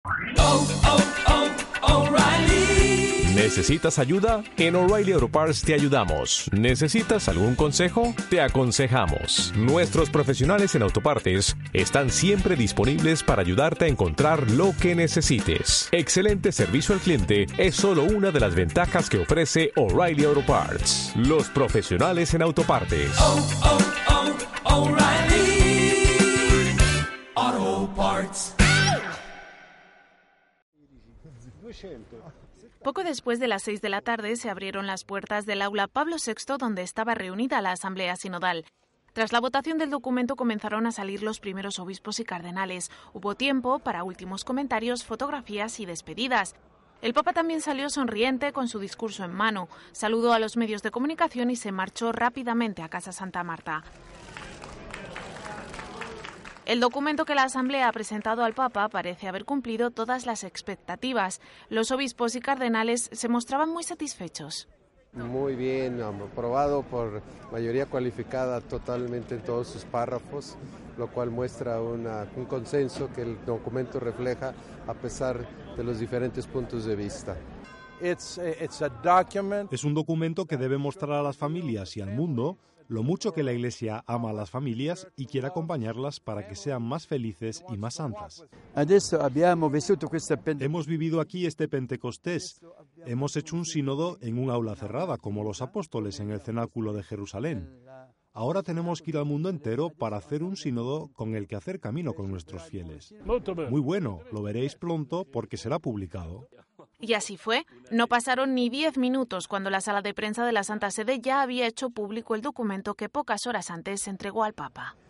¿Necesitas ayuda? En O'Reilly Auto Parts te ayudamos. ¿Necesitas algún consejo? Te aconsejamos. Nuestros profesionales en autopartes están siempre disponibles para ayudarte a encontrar lo que necesites. Excelente servicio al cliente es solo una de las ventajas que ofrece O'Reilly Auto Parts. Los profesionales en autopartes. O'Reilly Auto Parts. Poco después de las 6 de la tarde se abrieron las puertas del aula Pablo VI donde estaba reunida la Asamblea Sinodal. Tras la votación del documento comenzaron a salir los primeros obispos y cardenales. Hubo tiempo para últimos comentarios, fotografías y despedidas. El Papa también salió sonriente con su discurso en mano, saludó a los medios de comunicación y se marchó rápidamente a Casa Santa Marta. El documento que la Asamblea ha presentado al Papa parece haber cumplido todas las expectativas. Los obispos y cardenales se mostraban muy satisfechos. Muy bien, aprobado por mayoría cualificada totalmente en todos sus párrafos, lo cual muestra un consenso que el documento refleja a pesar de los diferentes puntos de vista. Es un documento que debe mostrar a las familias y al mundo lo mucho que la Iglesia ama a las familias y quiere acompañarlas para que sean más felices y más santas. Hemos vivido aquí este Pentecostés. Hemos hecho un sínodo en un aula cerrada, como los apóstoles en el cenáculo de Jerusalén. Ahora tenemos que ir al mundo entero para hacer un sínodo con el que hacer camino con nuestros fieles. Muy bueno, lo veréis pronto porque será publicado. Y así fue. No pasaron ni 10 minutos cuando la sala de prensa de la Santa Sede ya había hecho público el documento que pocas horas antes se entregó al Papa.